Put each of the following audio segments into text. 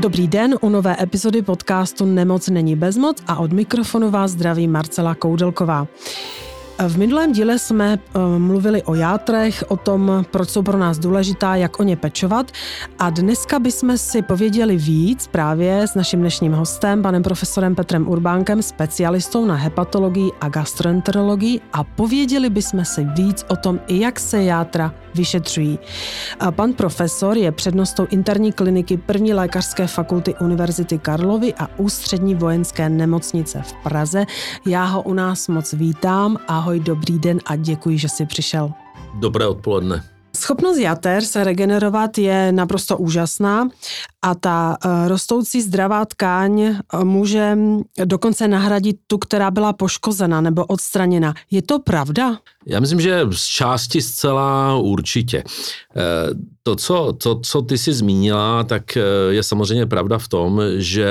Dobrý den, u nové epizody podcastu Nemoc není bezmoc a od mikrofonu vás zdraví Marcela Koudelková. V minulém díle jsme mluvili o játrech, o tom, proč jsou pro nás důležitá, jak o ně pečovat, a dneska bychom si pověděli víc právě s naším dnešním hostem, panem profesorem Petrem Urbánkem, specialistou na hepatologii a gastroenterologii, a pověděli bychom si víc o tom, jak se játra vyšetřují. Pan profesor je přednostou interní kliniky 1. lékařské fakulty Univerzity Karlovy a Ústřední vojenské nemocnice v Praze. Já ho u nás moc vítám. Ahoj, dobrý den a děkuji, že jsi přišel. Dobré odpoledne. Schopnost jater se regenerovat je naprosto úžasná a ta rostoucí zdravá tkáň může dokonce nahradit tu, která byla poškozena nebo odstraněna. Je to pravda? Já myslím, že z části zcela určitě. To, co ty jsi zmínila, tak je samozřejmě pravda v tom, že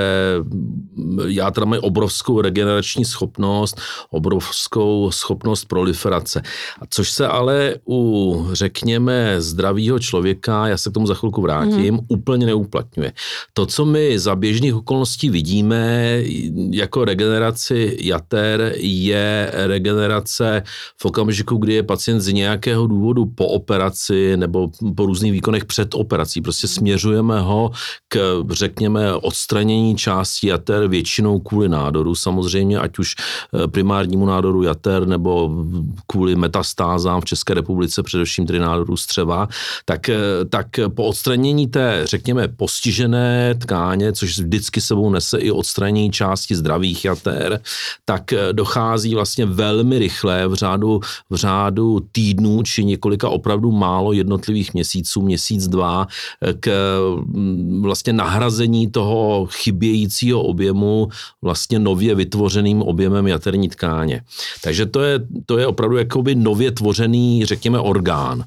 játra mají obrovskou regenerační schopnost, obrovskou schopnost proliferace. Což se ale u, řekněme, zdravého člověka, já se k tomu za chvilku vrátím, úplně neuplatňuje. To, co my za běžných okolností vidíme jako regeneraci jater, je regenerace v okamžiku, kdy je pacient z nějakého důvodu po operaci nebo po různých výkonech před operací. Prostě směřujeme ho k, řekněme, odstranění části jater, většinou kvůli nádoru samozřejmě, ať už primárnímu nádoru jater nebo kvůli metastázám v České republice, především tedy nádoru střeva, tak po odstranění té, řekněme, postižené tkáně, což vždycky sebou nese i odstranění části zdravých jater, tak dochází vlastně velmi rychle v řádu týdnů či několika opravdu málo jednotlivých měsíců, měsíc, dva, k vlastně nahrazení toho chybějícího objemu vlastně nově vytvořeným objemem jaterní tkáně. Takže to je opravdu jakoby nově tvořený, řekněme, orgán.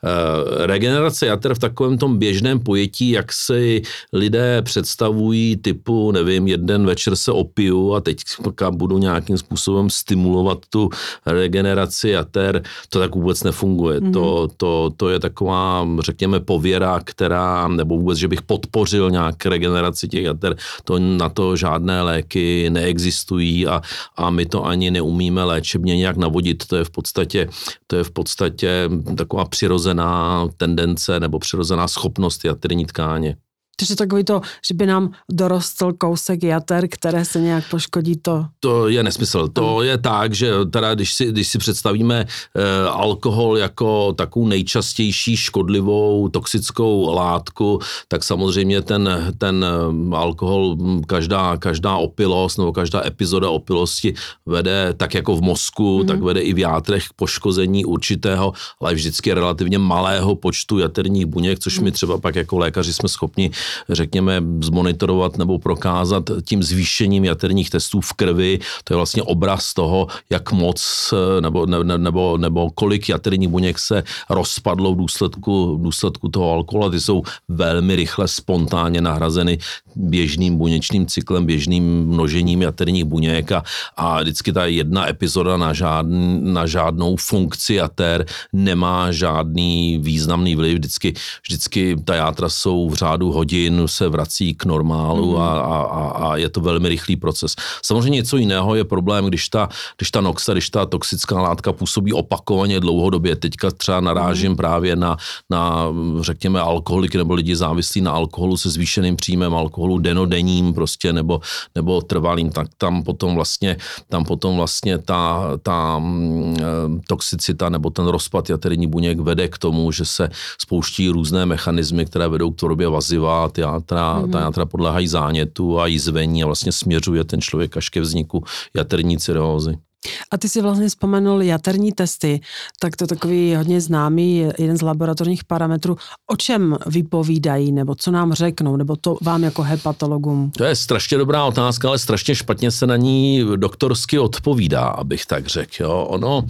Regenerace jater v takovém tom běžném pojetí, jak si lidé představují typu, nevím, jeden večer se opiju a teď budu nějakým způsobem stimulovat tu regeneraci jater, to tak vůbec nefunguje. To je taková, řekněme, pověra, která, nebo vůbec, že bych podpořil nějak regeneraci těch jater, to na to žádné léky neexistují a my to ani neumíme léčebně nějak navodit. To je v podstatě taková přirozená tendence nebo přirozená schopnost jaterní tkáně. Takže takový to, že by nám dorostl kousek jater, které se nějak poškodí, to... To je nesmysl. To je tak, že teda, když si představíme alkohol jako takovou nejčastější škodlivou toxickou látku, tak samozřejmě ten alkohol, každá opilost nebo každá epizoda opilosti vede tak jako v mozku, tak vede i v játrech k poškození určitého, ale vždycky relativně malého počtu jaterních buněk, což my třeba pak jako lékaři jsme schopni, řekněme, zmonitorovat nebo prokázat tím zvýšením jaterních testů v krvi. To je vlastně obraz toho, jak moc nebo kolik jaterních buněk se rozpadlo v důsledku toho alkohola. Ty jsou velmi rychle spontánně nahrazeny běžným buněčným cyklem, běžným množením jaterních buněk a vždycky ta jedna epizoda na žádnou funkci jater nemá žádný významný vliv. Vždycky ta játra jsou v řádu hodin, se vrací k normálu a je to velmi rychlý proces. Samozřejmě něco jiného je problém, když ta noxa, když ta toxická látka působí opakovaně dlouhodobě. Teďka třeba narážím právě na řekněme, alkoholiky nebo lidi závislí na alkoholu se zvýšeným příjmem alkoholu denodenním prostě nebo trvalým, tak tam potom vlastně ta toxicita nebo ten rozpad jaterních buněk vede k tomu, že se spouští různé mechanismy, které vedou k tvorbě vaziva, ta játra podléhají zánětu a jizvení a vlastně směřuje ten člověk až ke vzniku jaterní cirhózy. A ty si vlastně vzpomenul jaterní testy, tak to takový hodně známý, jeden z laboratorních parametrů. O čem vypovídají, nebo co nám řeknou, nebo to vám jako hepatologům? To je strašně dobrá otázka, ale strašně špatně se na ní doktorsky odpovídá, abych tak řekl. Jo.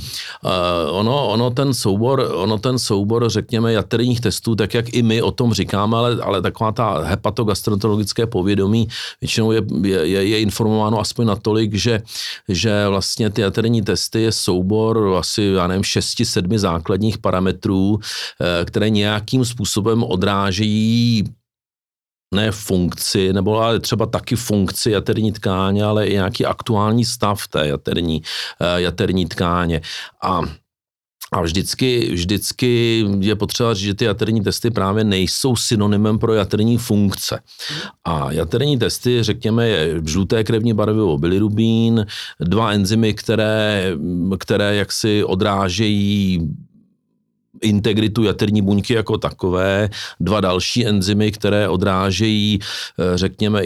Ono ten soubor, řekněme, jaterních testů, tak jak i my o tom říkáme, ale taková ta hepatogastroenterologické povědomí většinou je informováno aspoň natolik, že vlastně ty jaterní testy je soubor asi, 6-7 základních parametrů, které nějakým způsobem odrážejí ne funkci, nebo ale třeba taky funkci jaterní tkáně, ale i nějaký aktuální stav té jaterní tkáně. A vždycky je potřeba říct, že ty jaterní testy právě nejsou synonymem pro jaterní funkce. A jaterní testy, řekněme, je žluté krevní barvivo bilirubín, 2 enzymy, které jaksi odrážejí integritu jaterní buňky jako takové, 2 další enzymy, které odrážejí, řekněme,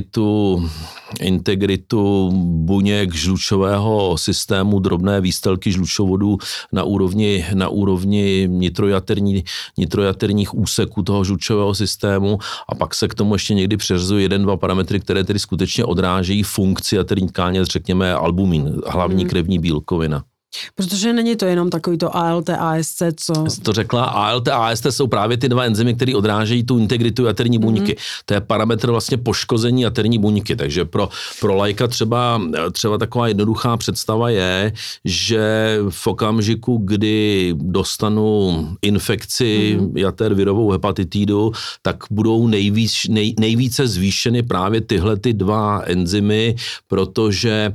integritu buněk žlučového systému, drobné výstelky žlučovodů na úrovni nitrojaterních úseků toho žlučového systému a pak se k tomu ještě někdy přeřazují 1-2 parametry, které tedy skutečně odrážejí funkci jaterní tkáně, řekněme albumin, hlavní krevní bílkovina. Protože není to jenom takový to ALT, AST, co... To řekla, ALT a AST jsou právě ty 2 enzymy, které odrážejí tu integritu jaterní buňky. To je parametr vlastně poškození jaterní buňky, takže pro laika třeba taková jednoduchá představa je, že v okamžiku, kdy dostanu infekci jater virovou hepatitidu, tak budou nejvíce zvýšeny právě tyhle ty 2 enzymy, protože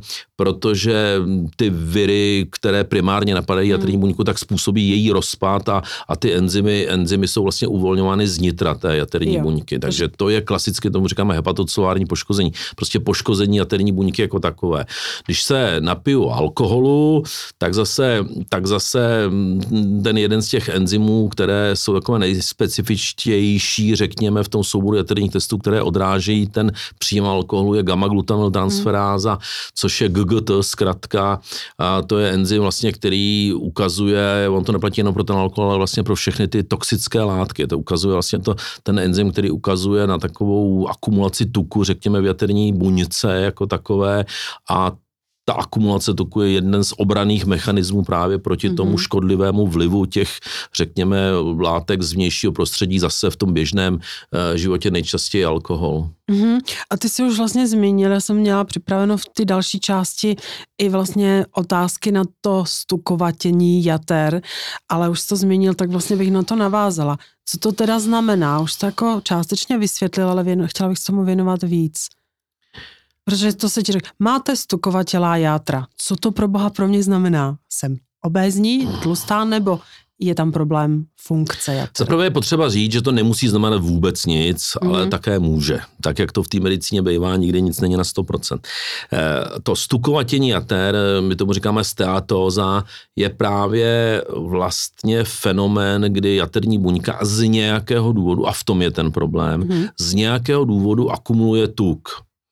ty viry, které primárně napadají jaterní buňku, tak způsobí její rozpad a ty enzymy jsou vlastně uvolňovány z nitra té jaterní buňky. Takže to je klasicky, tomu říkáme hepatocelulární poškození. Prostě poškození jaterní buňky jako takové. Když se napiju alkoholu, tak zase ten jeden z těch enzymů, které jsou takové nejspecifičtější, řekněme, v tom souboru jaterních testů, které odrážejí ten příjem alkoholu, je gamma-glutamyltransferáza, což je GGT zkratka. A to je enzym vlastně, který ukazuje, on to neplatí jenom pro ten alkohol, ale vlastně pro všechny ty toxické látky. To ukazuje vlastně ten enzym, který ukazuje na takovou akumulaci tuku, řekněme v jaterní buňce jako takové a ta akumulace tuku je jeden z obranných mechanismů právě proti tomu škodlivému vlivu těch, řekněme, látek z vnějšího prostředí, zase v tom běžném životě nejčastěji alkohol. A ty jsi už vlastně zmínil, já jsem měla připraveno v ty další části i vlastně otázky na to stukovatění jater, ale už jsi to zmínil, tak vlastně bych na to navázala. Co to teda znamená? Už to jako částečně vysvětlil, ale chtěla bych se tomu věnovat víc. Protože to se ti řekl, máte stukovatělá játra. Co to pro boha pro mě znamená? Jsem obézní, tlustá nebo je tam problém funkce jater? Zaprvé je potřeba říct, že to nemusí znamenat vůbec nic, ale také může. Tak, jak to v té medicíně bývá, nikdy nic není na 100%. To stukovatění jater, my tomu říkáme steatóza, je právě vlastně fenomén, kdy jaterní buňka z nějakého důvodu, a v tom je ten problém, z nějakého důvodu akumuluje tuk.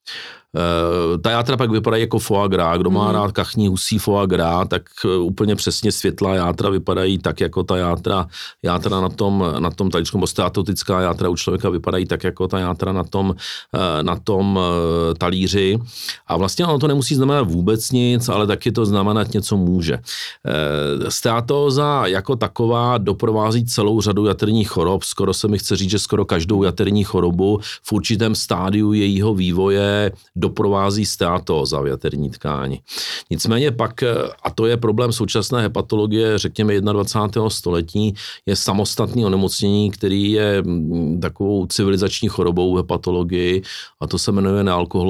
Ta játra pak vypadají jako foie gras. Kdo má rád kachní husí foie gras, tak úplně přesně světlá játra vypadají tak, jako ta játra na tom talířku, nebo steatotická játra u člověka vypadají tak, jako ta játra na tom talíři. A vlastně ono to nemusí znamenat vůbec nic, ale taky to znamenat něco může. Steatóza jako taková doprovází celou řadu jaterních chorob. Skoro se mi chce říct, že skoro každou jaterní chorobu v určitém stádiu jejího vývoje doprovází steatóza v jaterní tkáni. Nicméně pak, a to je problém současné hepatologie, řekněme 21. století, je samostatný onemocnění, který je takovou civilizační chorobou hepatologii, a to se jmenuje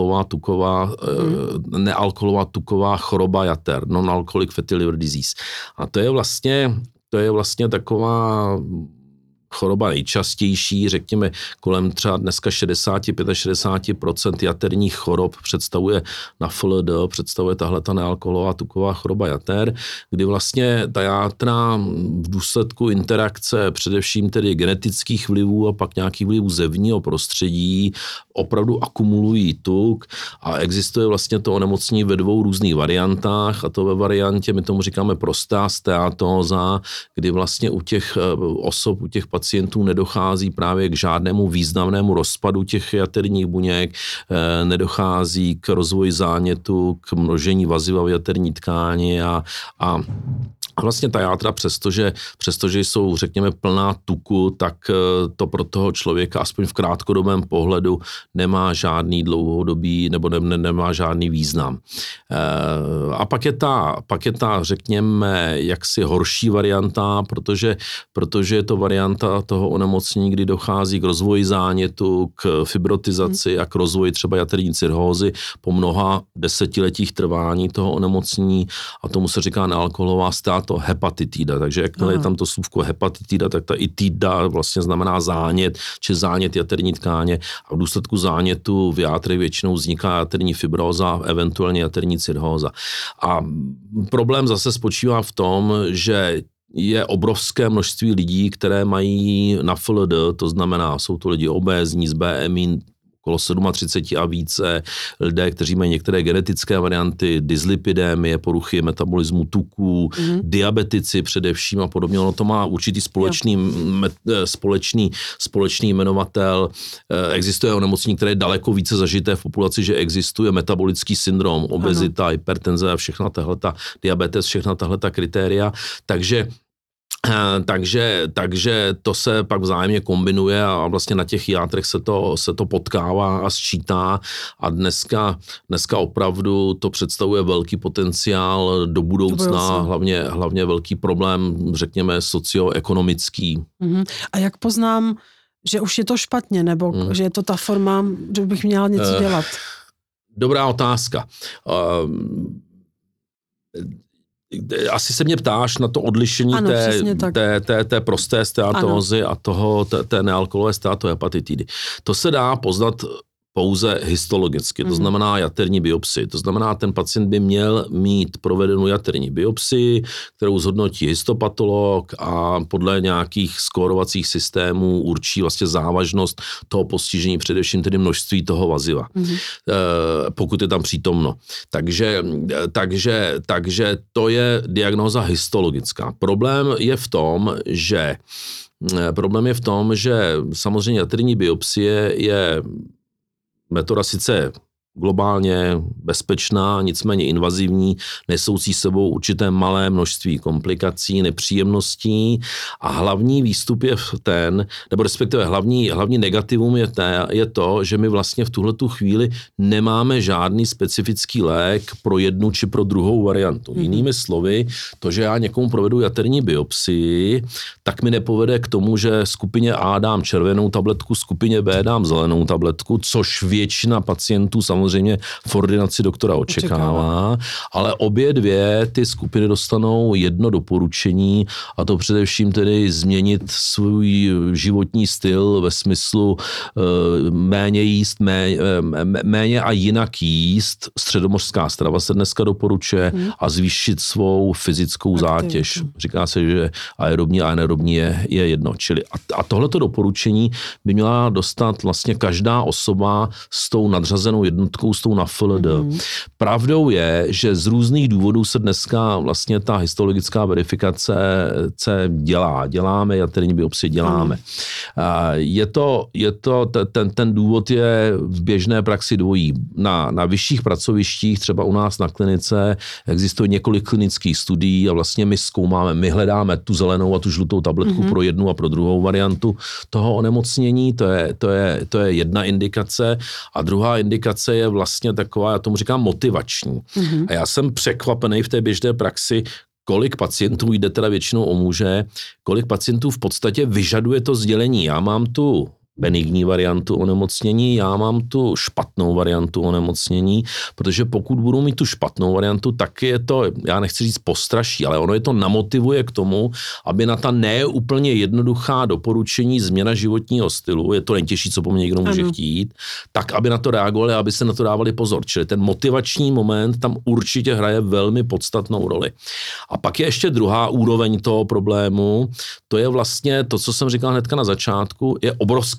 nealkoholová tuková choroba jater, non-alcoholic fatty liver disease. A to je vlastně taková choroba nejčastější, řekněme kolem třeba dneska 65% jaterních chorob představuje na FLD, představuje tahleta nealkoholová tuková choroba jater, kdy vlastně ta játra v důsledku interakce především tedy genetických vlivů a pak nějakých vlivů zevního prostředí opravdu akumulují tuk a existuje vlastně to onemocnění ve 2 různých variantách, a to ve variantě, my tomu říkáme prostá steatóza, kdy vlastně u těch osob, u těch pacientů nedochází právě k žádnému významnému rozpadu těch jaterních buněk, nedochází k rozvoji zánětu, k množení vaziva v jaterní tkáni a A vlastně ta játra, přestože jsou, řekněme, plná tuku, tak to pro toho člověka, aspoň v krátkodobém pohledu, nemá žádný dlouhodobý, nebo nemá žádný význam. A pak je ta, řekněme, jaksi horší varianta, protože je to varianta toho onemocnění, kdy dochází k rozvoji zánětu, k fibrotizaci a k rozvoji třeba jaterní cirhózy po mnoha desetiletích trvání toho onemocnění, a tomu se říká nealkoholová hepatitida, takže jakmile je tam to slůvko hepatitida, tak ta itida vlastně znamená zánět, či zánět jaterní tkáně, a v důsledku zánětu v játrech většinou vzniká jaterní fibróza, eventuálně jaterní cirhóza. A problém zase spočívá v tom, že je obrovské množství lidí, které mají na FLD, to znamená, jsou to lidi obézní, s BMI okolo 37 a více, lidé, kteří mají některé genetické varianty, dyslipidémie, poruchy metabolismu tuků, diabetici především a podobně. Ono to má určitý společný jmenovatel. Existuje onemocnění, které je daleko více zažité v populaci, že existuje metabolický syndrom, obezita, hypertenze a všechna tahleta, diabetes, všechna tahleta kritéria. Takže to se pak vzájemně kombinuje a vlastně na těch játrech se to potkává a sčítá, a dneska opravdu to představuje velký potenciál do budoucna, hlavně velký problém, řekněme, socioekonomický. A jak poznám, že už je to špatně, nebo že je to ta forma, že bych měla něco dělat? Dobrá otázka. Asi se mě ptáš na to odlišení té prosté steatózy a té nealkoholové steatohepatitidy. To se dá poznat pouze histologicky, to znamená jaterní biopsii. To znamená, ten pacient by měl mít provedenou jaterní biopsii, kterou zhodnotí histopatolog a podle nějakých skórovacích systémů určí vlastně závažnost toho postižení, především tedy množství toho vaziva, pokud je tam přítomno. Takže to je diagnóza histologická. Problém je v tom, že samozřejmě jaterní biopsie je metoda sice globálně bezpečná, nicméně invazivní, nesoucí sebou určité malé množství komplikací, nepříjemností, a hlavní výstup je nebo respektive hlavní negativum je to, že my vlastně v tuhletu chvíli nemáme žádný specifický lék pro jednu či pro druhou variantu. Jinými slovy, to, že já někomu provedu jaterní biopsii, tak mi nepovede k tomu, že skupině A dám červenou tabletku, skupině B dám zelenou tabletku, což většina pacientů samozřejmě v ordinaci doktora očekává, ale obě dvě ty skupiny dostanou jedno doporučení, a to především tedy změnit svůj životní styl ve smyslu méně jíst, méně a jinak jíst. Středomořská strava se dneska doporučuje, a zvýšit svou fyzickou zátěž. Říká se, že aerobní a anaerobní je jedno. Čili a tohleto doporučení by měla dostat vlastně každá osoba s tou nadřazenou jednotkou, s tou na FLD. Pravdou je, že z různých důvodů se dneska vlastně ta histologická verifikace děláme, jaterní biopsie děláme. Ten důvod je v běžné praxi dvojí. Na vyšších pracovištích, třeba u nás na klinice, existuje několik klinických studií a vlastně my hledáme tu zelenou a tu žlutou tabletku pro jednu a pro druhou variantu toho onemocnění. To je jedna indikace, a druhá indikace je vlastně taková, já tomu říkám motivační. A já jsem překvapený v té běžné praxi, kolik pacientů, jde teda většinou o muže, kolik pacientů v podstatě vyžaduje to sdělení. Já mám tu benigní variantu onemocnění, já mám tu špatnou variantu onemocnění, protože pokud budu mít tu špatnou variantu, tak je to, já nechci říct postraší, ale ono je to namotivuje k tomu, aby na ta neúplně jednoduchá doporučení změna životního stylu, je to nejtěžší, co po mně někdo může chtít, tak aby na to reagovali, aby se na to dávali pozor. Čili ten motivační moment tam určitě hraje velmi podstatnou roli. A pak je ještě druhá úroveň toho problému, to je vlastně to, co jsem říkal hnedka na začátku, je obrovské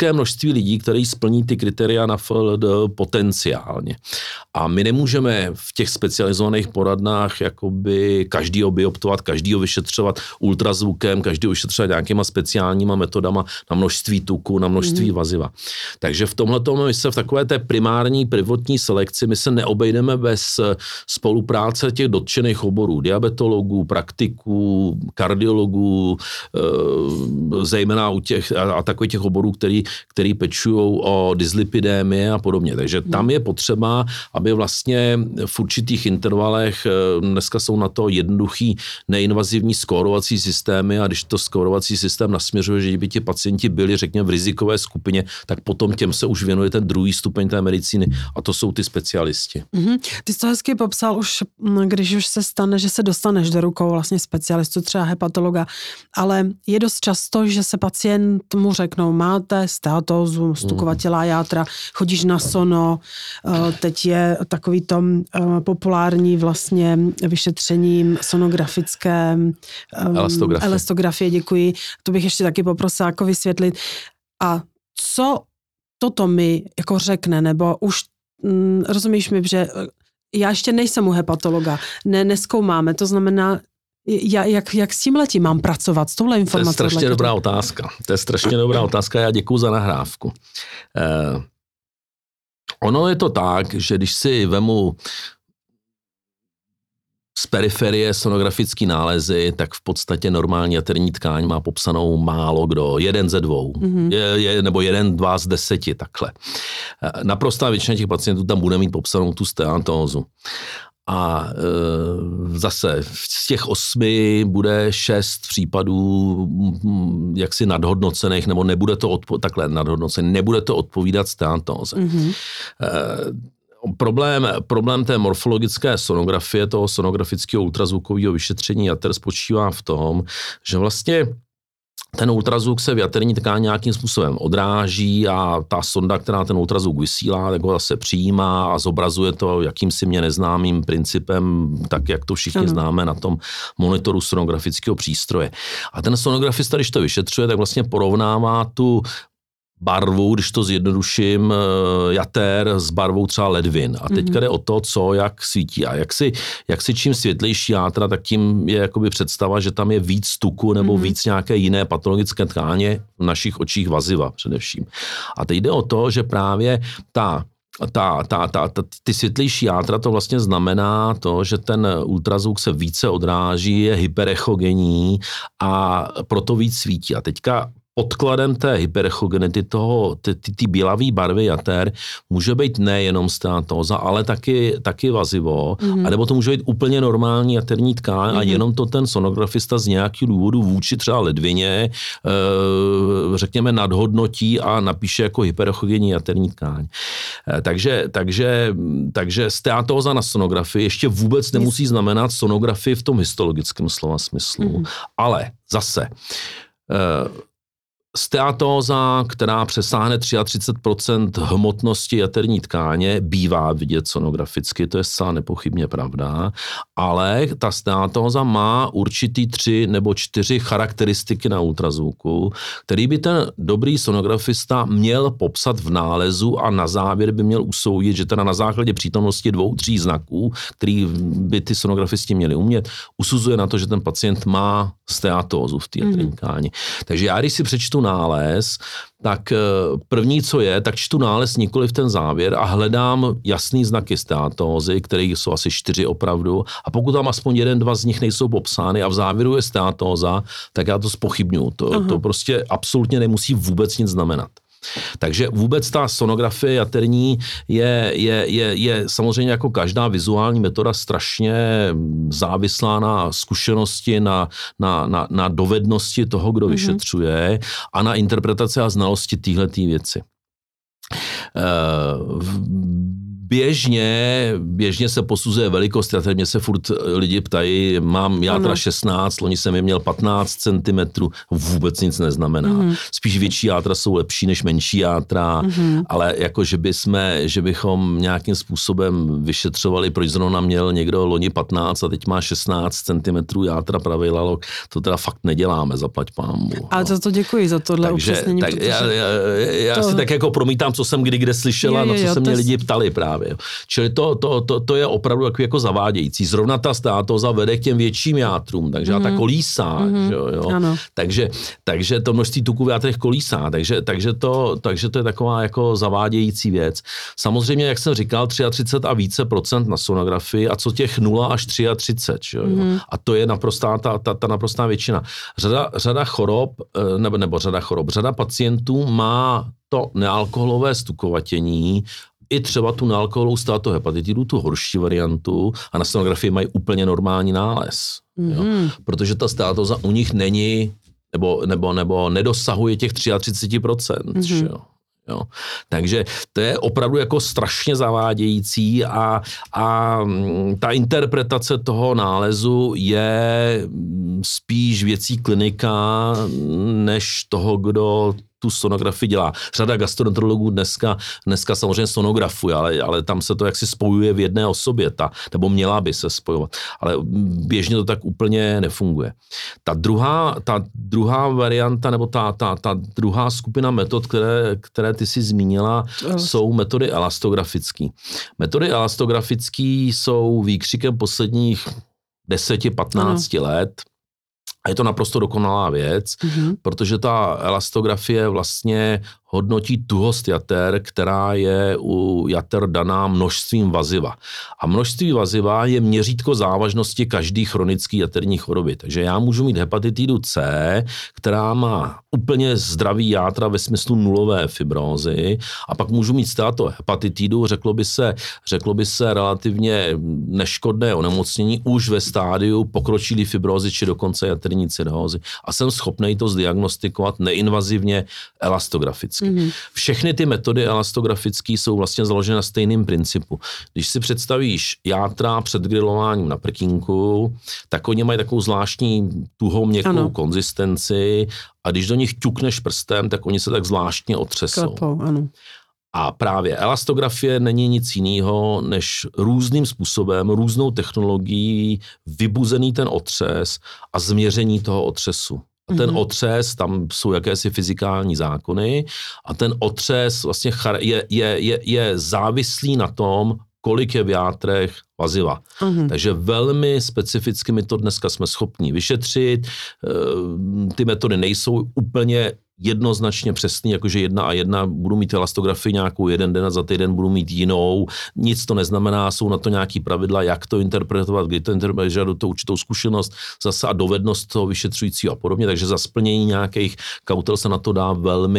obrovské množství lidí, kteří splní ty kritéria na FLD potenciálně. A my nemůžeme v těch specializovaných poradnách jakoby každýho bioptovat, každýho vyšetřovat ultrazvukem, každýho vyšetřovat nějakýma speciálníma metodama na množství tuku, na množství vaziva. Takže v tomhletom my se v takové té primární prvotní selekci my se neobejdeme bez spolupráce těch dotčených oborů, diabetologů, praktiků, kardiologů, zejména u těch a takových těch oborů, který pečují o dyslipidémie a podobně. Takže tam je potřeba, aby vlastně v určitých intervalech, dneska jsou na to jednoduchý neinvazivní skórovací systémy a když to skórovací systém nasměřuje, že by ti pacienti byli, řekněme, v rizikové skupině, tak potom těm se už věnuje ten druhý stupeň té medicíny a to jsou ty specialisti. Ty jsi to hezky popsal už, když už se stane, že se dostaneš do rukou vlastně specialistu, třeba hepatologa, ale je dost často, že se pacient mu řeknou, máte steatózu, stukovatělá játra, chodíš na sono, teď je takový to populární vlastně vyšetření sonografické elastografie, děkuji. To bych ještě taky poprosila jako vysvětlit. A co toto mi jako řekne, nebo už rozumíš mi, že já ještě nejsem u hepatologa, nezkoumáme, to znamená, jak s tímhletím mám pracovat, s touhle informací? To je strašně dobrá otázka. To je strašně dobrá otázka, já děkuju za nahrávku. Ono je to tak, že když si vemu z periferie sonografický nálezy, tak v podstatě normální jaterní tkáň má popsanou málo kdo, 1 ze 2, nebo 1, 2 z 10, takhle. Naprostá většina těch pacientů tam bude mít popsanou tu steatózu. A zase z těch 8 bude 6 případů jaksi nadhodnocených, nebo nebude to nebude to odpovídat steatóze. Problém té morfologické sonografie, toho sonografického ultrazvukového vyšetření jater spočívá v tom, že vlastně ten ultrazvuk se v jaterní tkáni nějakým způsobem odráží a ta sonda, která ten ultrazvuk vysílá, tak ho zase přijímá a zobrazuje to jakýmsi mě neznámým principem, tak jak to všichni známe na tom monitoru sonografického přístroje. A ten sonografista, když to vyšetřuje, tak vlastně porovnává tu barvu, když to zjednoduším, jater s barvou třeba ledvin. A teďka jde o to, co, jak svítí. A jak si čím světlejší játra, tak tím je jakoby představa, že tam je víc tuku nebo víc nějaké jiné patologické tkáně v našich očích vaziva především. A teď jde o to, že právě ty světlejší játra, to vlastně znamená to, že ten ultrazvuk se více odráží, je hyperechogenní a proto víc svítí. A teďka podkladem té hyperechogenity, ty bílavé barvy jater, může být nejenom steatóza, ale taky vazivo, anebo to může být úplně normální jaterní tkáň a jenom to ten sonografista z nějakých důvodů vůči třeba ledvině, řekněme, nadhodnotí a napíše jako hyperechogenní jaterní tkáň. Takže steatóza na sonografii ještě vůbec nemusí znamenat sonografii v tom histologickém slova smyslu. Ale zase steatóza, která přesáhne 33% hmotnosti jaterní tkáně, bývá vidět sonograficky, to je zcela nepochybně pravda, ale ta steatóza má určitý 3 nebo 4 charakteristiky na ultrazvuku, který by ten dobrý sonografista měl popsat v nálezu a na závěr by měl usoudit, že teda na základě přítomnosti 2-3 znaků, který by ty sonografisti měli umět, usuzuje na to, že ten pacient má steatózu v té jaterní tkáni. Takže já, když si přečtu nález, tak první, co je, tak čtu nález nikoli v ten závěr a hledám jasný znaky steatózy, které jsou asi 4 opravdu, a pokud tam aspoň 1-2 z nich nejsou popsány a v závěru je steatóza, tak já to zpochybnuju. To prostě absolutně nemusí vůbec nic znamenat. Takže vůbec ta sonografie jaterní je samozřejmě jako každá vizuální metoda strašně závislá na zkušenosti, na dovednosti toho, kdo vyšetřuje a na interpretaci a znalosti téhletý věci. Běžně se posuzuje velikost, a teď mě se furt lidi ptají, mám játra 16, loni jsem je měl 15 cm, vůbec nic neznamená. Spíš větší játra jsou lepší než menší játra, ale jako, že bychom nějakým způsobem vyšetřovali, proč zrovna měl někdo loni 15 a teď má 16 cm játra pravej lalok, to teda fakt neděláme, zaplať pánbu. Ale za to děkuji, za tohle upřesnění. Tak já si tak jako promítám, co jsem kde slyšela, na co se mě lidi ptali právě. Čili to je opravdu jako zavádějící. Zrovna ta státoza vede k těm větším játrům, takže ta kolísá. Jo. Takže to množství tuků v játrech kolísá. Takže to je taková jako zavádějící věc. Samozřejmě, jak jsem říkal, 33 a více procent na sonografii a co těch 0 až 33. Jo. A to je naprostá ta naprostá většina. Řada pacientů má to nealkoholové stukovatění, i třeba tu nealkoholovou státohepatitidu, tu horší variantu, a na sonografii mají úplně normální nález. Jo? Protože ta státoza u nich není, nebo nedosahuje těch 33%. Jo. Takže to je opravdu jako strašně zavádějící a ta interpretace toho nálezu je spíš věcí klinika, než toho, kdo tu sonografii dělá. Řada gastroenterologů dneska samozřejmě sonografuje, ale tam se to jaksi spojuje v jedné osobě, nebo měla by se spojovat. Ale běžně to tak úplně nefunguje. Ta druhá varianta, nebo ta druhá skupina metod, které ty jsi zmínila, jsou metody elastografické. Metody elastografické jsou výkřikem posledních 10-15 let. A je to naprosto dokonalá věc, protože ta elastografie vlastně hodnotí tuhost jater, která je u jater daná množstvím vaziva. A množství vaziva je měřítko závažnosti každý chronický jaterní choroby. Takže já můžu mít hepatitidu C, která má úplně zdravý játra ve smyslu nulové fibrózy, a pak můžu mít hepatitidu, řeklo by se relativně neškodné onemocnění už ve stádiu pokročilé fibrózy či dokonce jaterní cirhózy. A jsem schopný to zdiagnostikovat neinvazivně elastograficky. Všechny ty metody elastografické jsou vlastně založeny na stejném principu. Když si představíš játra před grilováním na prkínku, tak oni mají takovou zvláštní tuhou měkkou konzistenci, a když do nich ťukneš prstem, tak oni se tak zvláštně otřesou. Klepou, ano. A právě elastografie není nic jiného, než různým způsobem, různou technologií vybuzený ten otřes a změření toho otřesu. A ten otřes, tam jsou jakési fyzikální zákony, a ten otřes vlastně je závislý na tom, kolik je v játrech vaziva. Takže velmi specificky my to dneska jsme schopni vyšetřit. Ty metody nejsou úplně jednoznačně přesný, jakože 1 a 1 budu mít elastografii nějakou jeden den a za týden budu mít jinou. Nic to neznamená, jsou na to nějaký pravidla, jak to interpretovat, kdy to interpretovat, žádou to určitou zkušenost zase a dovednost toho vyšetřujícího a podobně, takže za splnění nějakých kautel se na to dá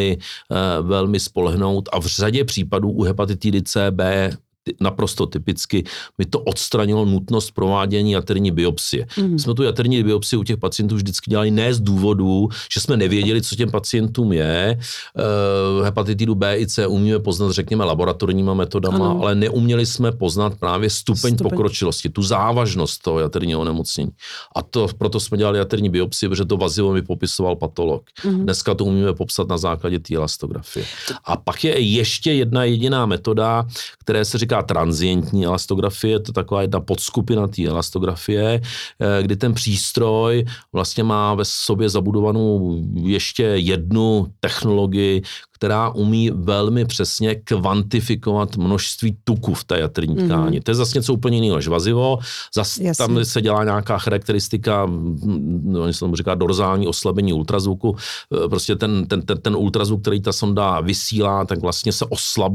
velmi spolehnout, a v řadě případů u hepatitidy C, B naprosto typicky mi to odstranilo nutnost provádění jaterní biopsie. Jsme tu jaterní biopsii u těch pacientů vždycky dělali ne z důvodu, že jsme nevěděli, co těm pacientům je. Hepatitidu B i C umíme poznat, řekněme, laboratorníma metodama, ale neuměli jsme poznat právě stupeň pokročilosti, tu závažnost toho jaterního onemocnění. A proto jsme dělali jaterní biopsii, protože to vazivo mi popisoval patolog. Dneska to umíme popsat na základě té elastografie. A pak je ještě jedna jediná metoda, které se říká transientní elastografie, to je taková jedna podskupina té elastografie, kdy ten přístroj vlastně má ve sobě zabudovanou ještě jednu technologii, která umí velmi přesně kvantifikovat množství tuku v té jaterní tkáni. To je zase něco úplně jiného než vazivo. Tam se dělá nějaká charakteristika, oni se tomu říká dorzální oslabení ultrazvuku. Prostě ten ultrazvuk, který ta sonda vysílá, tak vlastně se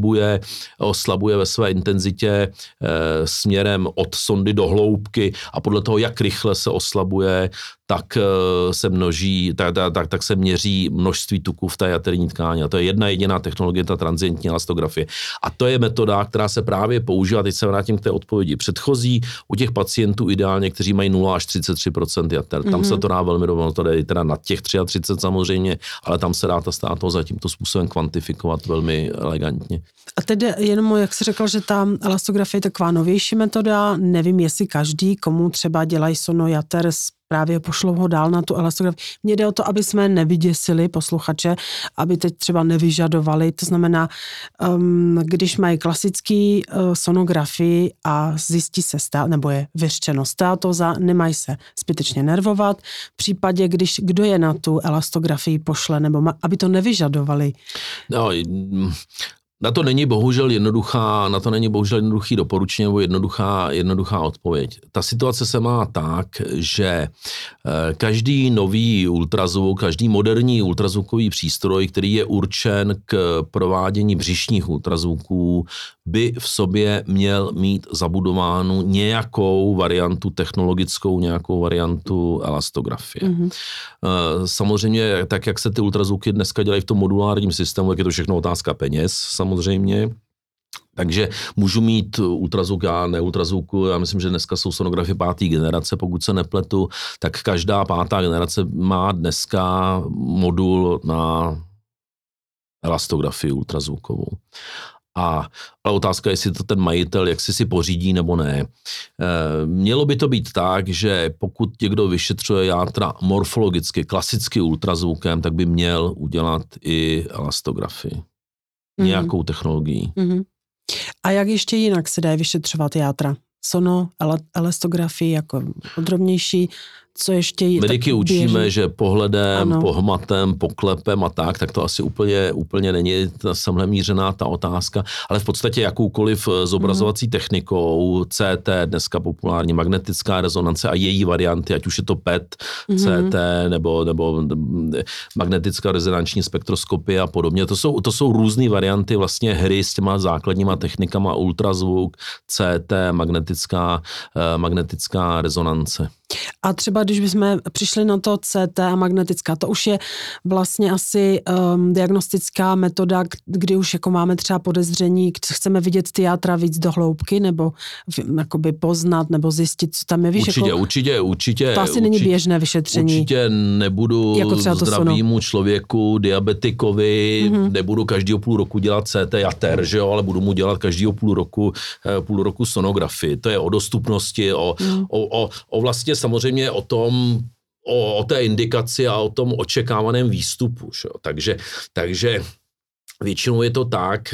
oslabuje ve své intenzitě směrem od sondy do hloubky, a podle toho, jak rychle se oslabuje, tak se měří množství tuků v té jaterní tkáni. A to je jedna jediná technologie, ta transientní elastografie. A to je metoda, která se právě používá, teď se vrátím k té odpovědi předchozí, u těch pacientů ideálně, kteří mají 0 až 33% jater. Tam se to dá velmi dobře, to jde teda na těch 33 samozřejmě, ale tam se dá ta státo za tímto způsobem kvantifikovat velmi elegantně. A tedy jenom, jak jsi řekl, že ta elastografie je taková novější metoda, nevím, jestli každý, komu třeba dělají sonojater, právě pošlou ho dál na tu elastografii. Mně jde o to, aby jsme nevyděsili posluchače, aby teď třeba nevyžadovali. To znamená, když mají klasický sonografii a zjistí se nebo je vyřčeno steatoza, nemají se zbytečně nervovat. V případě, když kdo je na tu elastografii pošle, nebo aby to nevyžadovali. No, na to není bohužel jednoduchý doporučení nebo jednoduchá odpověď. Ta situace se má tak, že každý nový ultrazvuk, každý moderní ultrazvukový přístroj, který je určen k provádění břišních ultrazvuků, by v sobě měl mít zabudovánu nějakou variantu technologickou, nějakou variantu elastografie. Samozřejmě, tak jak se ty ultrazvuky dneska dělají v tom modulárním systému, tak je to všechno otázka peněz, samozřejmě. Takže můžu mít ultrazvuk, já neultrazvuku, já myslím, že dneska jsou sonografie 5. generace, pokud se nepletu, tak každá 5. generace má dneska modul na elastografii ultrazvukovou. Ale otázka je, jestli to ten majitel, jak si pořídí nebo ne. Mělo by to být tak, že pokud někdo vyšetřuje játra morfologicky, klasicky ultrazvukem, tak by měl udělat i elastografii. Nějakou technologií. A jak ještě jinak se dá vyšetřovat játra? Sono, elastografii jako podrobnější, co ještě... Mediky učíme, že pohledem, pohmatem, poklepem a tak to asi úplně není semhle mířená ta otázka, ale v podstatě jakoukoliv zobrazovací technikou, CT, dneska populární magnetická rezonance a její varianty, ať už je to PET, CT nebo magnetická rezonanční spektroskopie a podobně. To jsou různé varianty vlastně hry s těma základníma technikama, ultrazvuk, CT, magnetická rezonance. A třeba když bychom přišli na to CT a magnetická, to už je vlastně asi diagnostická metoda, kdy už jako máme třeba podezření, chceme vidět ty játra víc do hloubky, nebo jakoby poznat, nebo zjistit, co tam je. Víš, určitě. To asi není běžné vyšetření. Určitě nebudu jako zdravému člověku, diabetikovi, nebudu každýho půl roku dělat CT jater, že jo, ale budu mu dělat každýho půl roku sonografii. To je o dostupnosti, o vlastně samozřejmě o té indikaci a o tom očekávaném výstupu. Že? Takže většinou je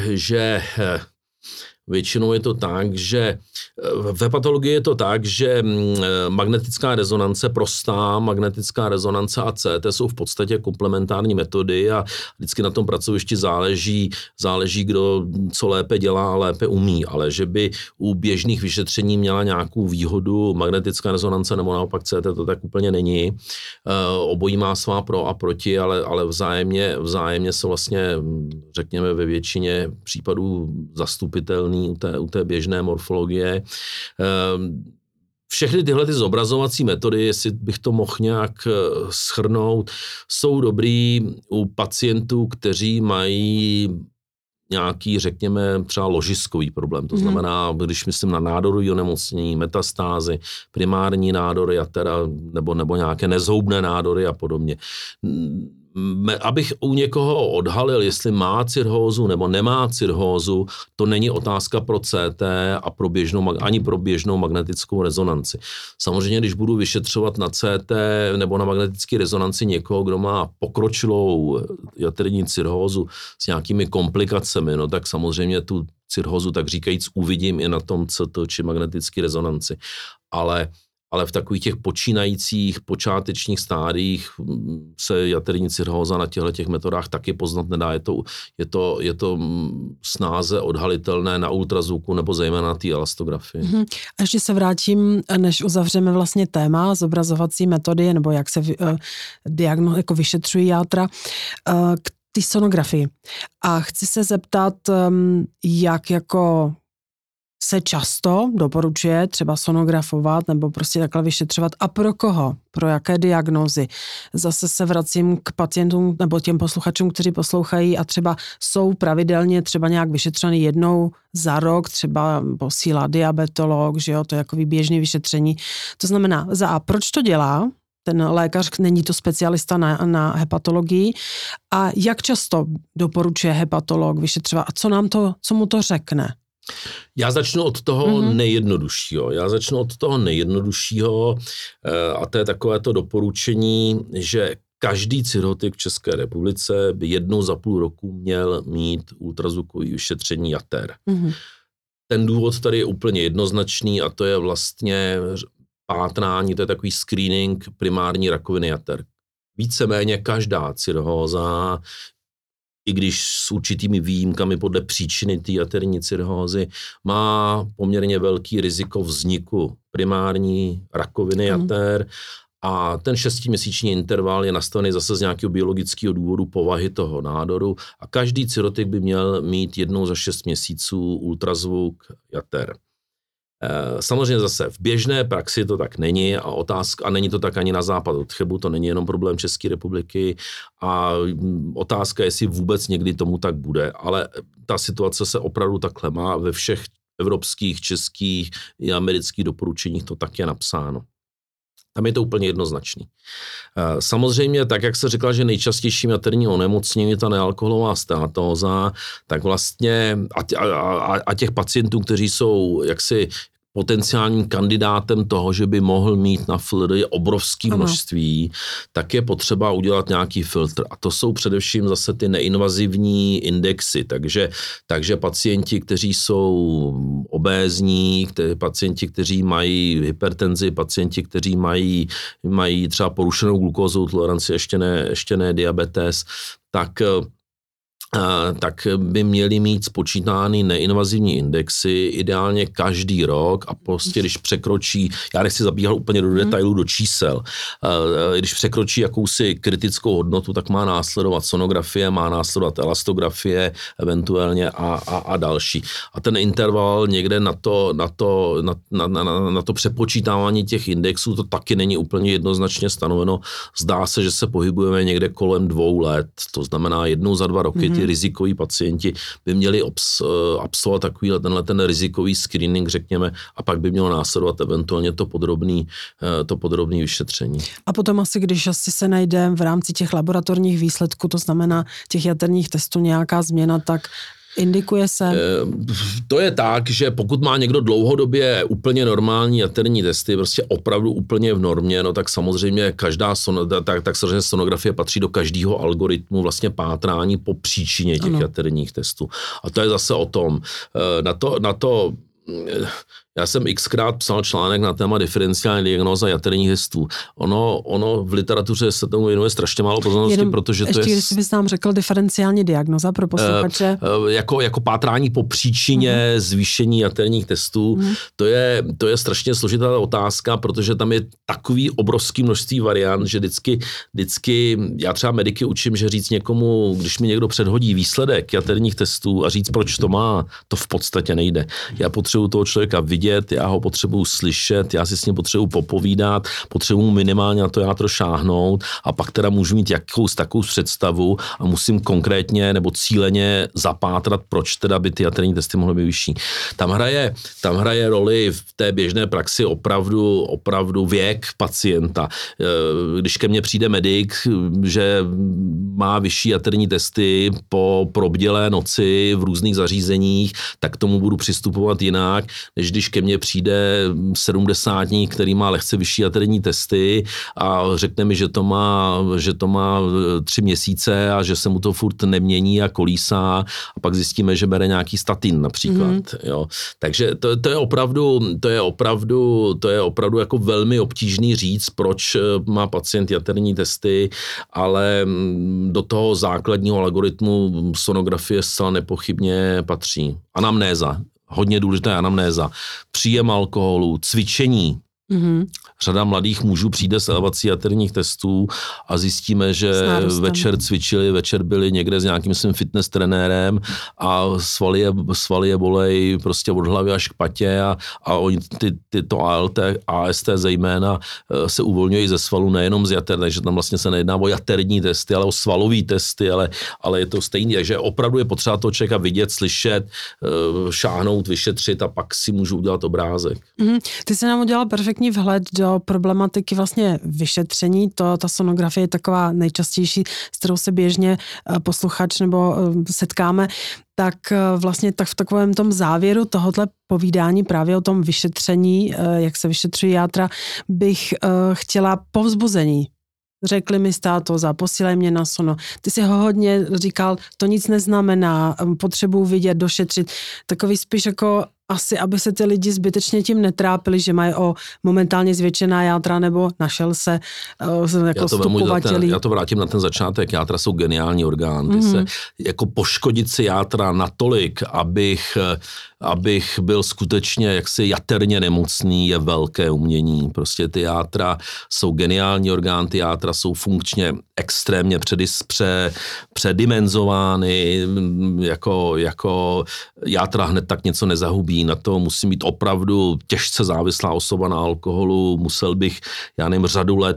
to tak, že ve patologii je to tak, že magnetická rezonance, prostá magnetická rezonance a CT jsou v podstatě komplementární metody a vždycky na tom pracovišti záleží, kdo co lépe dělá a lépe umí, ale že by u běžných vyšetření měla nějakou výhodu magnetická rezonance nebo naopak CT, to tak úplně není. Obojí má svá pro a proti, ale vzájemně se vlastně, řekněme, ve většině případů zastupitelný u té běžné morfologie. Všechny tyhle ty zobrazovací metody, jestli bych to mohl nějak shrnout, jsou dobrý u pacientů, kteří mají nějaký, řekněme, třeba ložiskový problém. To znamená, když myslím na nádorový onemocnění, metastázy, primární nádory jatera nebo nějaké nezhoubné nádory a podobně. Abych u někoho odhalil, jestli má cirhózu nebo nemá cirhózu, to není otázka pro CT a ani pro běžnou magnetickou rezonanci. Samozřejmě, když budu vyšetřovat na CT nebo na magnetické rezonanci někoho, kdo má pokročilou jaterní cirhózu s nějakými komplikacemi, no tak samozřejmě tu cirhózu, tak říkajíc, uvidím i na tom CT či magnetické rezonanci. Ale v takových těch počínajících, počátečních stádiích se jaterní cirhóza na těchto metodách taky poznat nedá. Je to snáze odhalitelné na ultrazvuku nebo zejména na té elastografii. A ještě se vrátím, než uzavřeme vlastně téma zobrazovací metody, nebo jak se jako vyšetřují játra, k té sonografii. A chci se zeptat, jak jako se často doporučuje třeba sonografovat nebo prostě takhle vyšetřovat a pro koho, pro jaké diagnózy. Zase se vracím k pacientům nebo těm posluchačům, kteří poslouchají a třeba jsou pravidelně třeba nějak vyšetřeny jednou za rok, třeba posílá diabetolog, že jo, to je jako běžné vyšetření. To znamená, proč to dělá? Ten lékař, není to specialista na hepatologii a jak často doporučuje hepatolog vyšetřovat a co mu to řekne? Já začnu od toho nejjednoduššího a to je takové to doporučení, že každý cirhotik v České republice by jednou za půl roku měl mít ultrazvukové vyšetření jater. Ten důvod tady je úplně jednoznačný a to je vlastně pátrání, to je takový screening primární rakoviny jater. Víceméně každá cirhóza, i když s určitými výjimkami podle příčiny té jaterní cirhózy, má poměrně velký riziko vzniku primární rakoviny jater a ten 6měsíční interval je nastavený zase z nějakého biologického důvodu povahy toho nádoru a každý cirhotik by měl mít jednou za 6 měsíců ultrazvuk jater. Samozřejmě zase v běžné praxi to tak není a není to tak ani na západ od Chebu, to není jenom problém České republiky a otázka je, jestli vůbec někdy tomu tak bude, ale ta situace se opravdu takhle má ve všech evropských, českých i amerických doporučeních to tak je napsáno. Tam je to úplně jednoznačný. Samozřejmě, tak jak se řekla, že nejčastějším jaterní onemocnění je ta nealkoholová steatóza, tak vlastně a těch pacientů, kteří jsou jaksi potenciálním kandidátem toho, že by mohl mít na FLD je obrovské množství, tak je potřeba udělat nějaký filtr. A to jsou především zase ty neinvazivní indexy. Takže pacienti, kteří jsou obézní, pacienti, kteří mají hypertenzi, pacienti, kteří mají třeba porušenou glukózovou toleranci, ještě ne diabetes, tak by měli mít spočítány neinvazivní indexy, ideálně každý rok a prostě, když překročí, já nechci zabíhat úplně do detailů, do čísel, když překročí jakousi kritickou hodnotu, tak má následovat sonografie, má následovat elastografie eventuálně a další. A ten interval někde na to přepočítávání těch indexů, to taky není úplně jednoznačně stanoveno. Zdá se, že se pohybujeme někde kolem 2 let, to znamená jednou za 2 roky ty rizikoví pacienti by měli absolvovat ten rizikový screening, řekněme, a pak by mělo následovat eventuálně to podrobné vyšetření. A potom když se najde v rámci těch laboratorních výsledků, to znamená těch jaterních testů nějaká změna, tak indikuje se? To je tak, že pokud má někdo dlouhodobě úplně normální jaterní testy, prostě opravdu úplně v normě, no tak samozřejmě samozřejmě sonografie patří do každého algoritmu vlastně pátrání po příčině těch jaterních testů. A to je zase o tom. Já jsem xkrát psal článek na téma diferenciální diagnóza jaterních testů. Ono v literatuře se tomu věnuje strašně málo pozornosti, protože to je... Ještě, jestli bys nám řekl diferenciální diagnóza pro posluchače. Jako pátrání po příčině zvýšení jaterních testů, to je strašně složitá otázka, protože tam je takový obrovský množství variant, že vždycky já třeba mediky učím, že říct někomu, když mi někdo předhodí výsledek jaterních testů a říct, proč to má, to v podstatě nejde. Já potřebuji toho člověka vidět, já ho potřebuji slyšet, já si s ním potřebuji popovídat, potřebuji minimálně na to jádro šáhnout a pak teda můžu mít takovou představu a musím konkrétně nebo cíleně zapátrat, proč teda by ty jaterní testy mohly být vyšší. Tam hraje roli v té běžné praxi opravdu věk pacienta. Když ke mně přijde medic, že má vyšší jaterní testy po probdělé noci v různých zařízeních, tak k tomu budu přistupovat jinak, než když ke mně přijde 70-tník, který má lehce vyšší jaterní testy a řekne mi, že to má 3 měsíce a že se mu to furt nemění a kolísá a pak zjistíme, že bere nějaký statin například. Jo. Takže to je opravdu jako velmi obtížný říct, proč má pacient jaterní testy, ale do toho základního algoritmu sonografie zcela nepochybně patří. Anamnéza. Hodně důležitá anamnéza, příjem alkoholu, cvičení, řada mladých mužů přijde s elevací jaterních testů a zjistíme, že večer cvičili, večer byli někde s nějakým svým fitness trenérem a svaly je bolej prostě od hlavy až k patě a oni tyto ALT, AST zejména se uvolňují ze svalů, nejenom z jater, takže tam vlastně se nejedná o jaterní testy, ale o svalové testy, ale je to stejný, takže opravdu je potřeba toho člověka vidět, slyšet, šáhnout, vyšetřit a pak si můžu udělat obrázek. Ty jsi nám udělal perfektní vhled do problematiky vlastně vyšetření, ta sonografie je taková nejčastější, s kterou se běžně posluchač nebo setkáme, tak vlastně tak v takovém tom závěru tohohle povídání právě o tom vyšetření, jak se vyšetřují játra, bych chtěla povzbuzení. Řekli mi státo, posílej mě na sono. Ty si ho hodně říkal, to nic neznamená, potřebuji vidět, došetřit. Takový spíš jako asi, aby se ty lidi zbytečně tím netrápili, že mají momentálně zvětšená játra nebo našel se jako stupovatělí. Já to vrátím na ten začátek. Játra jsou geniální orgán. Ty se jako poškodit si játra natolik, abych byl skutečně jaksi jaterně nemocný, je velké umění. Prostě ty játra jsou geniální orgán, ty játra jsou funkčně extrémně předimenzovány, jako játra hned tak něco nezahubí. Na to musí mít opravdu těžce závislá osoba na alkoholu, musel bych, já nevím, řadu let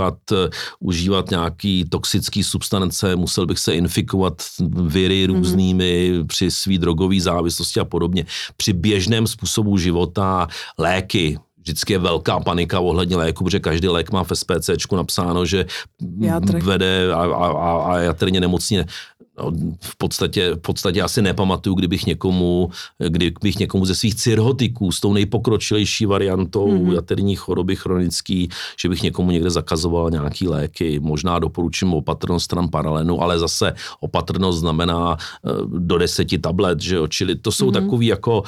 užívat nějaký toxický substance, musel bych se infikovat viry různými při svý drogové závislosti a podobně. Při běžném způsobu života léky, vždycky je velká panika ohledně léku, protože každý lék má v SPCčku napsáno, že vede a jaterně nemocně. No, v podstatě asi nepamatuju, kdybych někomu ze svých cirhotiků s tou nejpokročilejší variantou jaterní choroby chronický, že bych někomu někde zakazoval nějaký léky. Možná doporučím opatrnost stran paralenu, ale zase opatrnost znamená do 10 tablet, že jo? Čili to jsou takový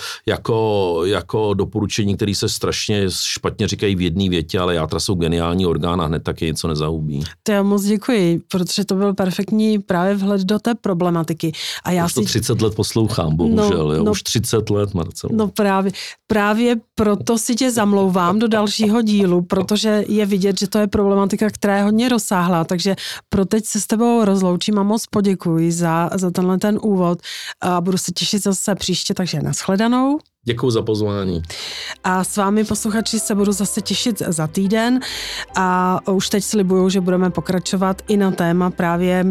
jako doporučení, které se strašně špatně říkají v jedné větě, ale játra jsou geniální orgán a hned taky něco nezahubí. To já moc děkuji, protože to byl perfektní právě vhled do té problematiky. A já už to 30 let poslouchám, bohužel, už 30 let, Marcelo. No právě proto si tě zamlouvám do dalšího dílu, protože je vidět, že to je problematika, která je hodně rozsáhlá, takže pro teď se s tebou rozloučím a moc poděkuji za tenhle ten úvod a budu se těšit zase příště, takže nashledanou. Děkuji za pozvání. A s vámi posluchači se budu zase těšit za týden a už teď slibuju, že budeme pokračovat i na téma právě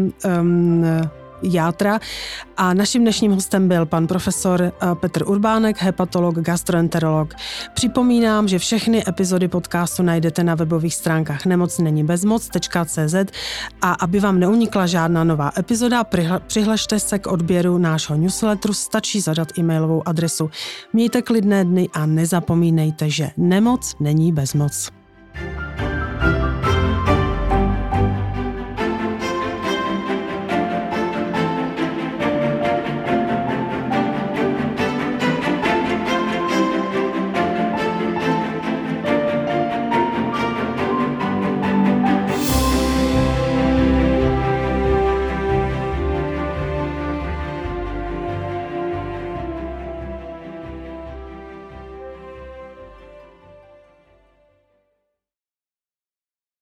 játra. A naším dnešním hostem byl pan profesor Petr Urbánek, hepatolog, gastroenterolog. Připomínám, že všechny epizody podcastu najdete na webových stránkách nemocnenibezmoc.cz a aby vám neunikla žádná nová epizoda, přihlašte se k odběru nášho newsletteru, stačí zadat e-mailovou adresu. Mějte klidné dny a nezapomínejte, že nemoc není bezmoc.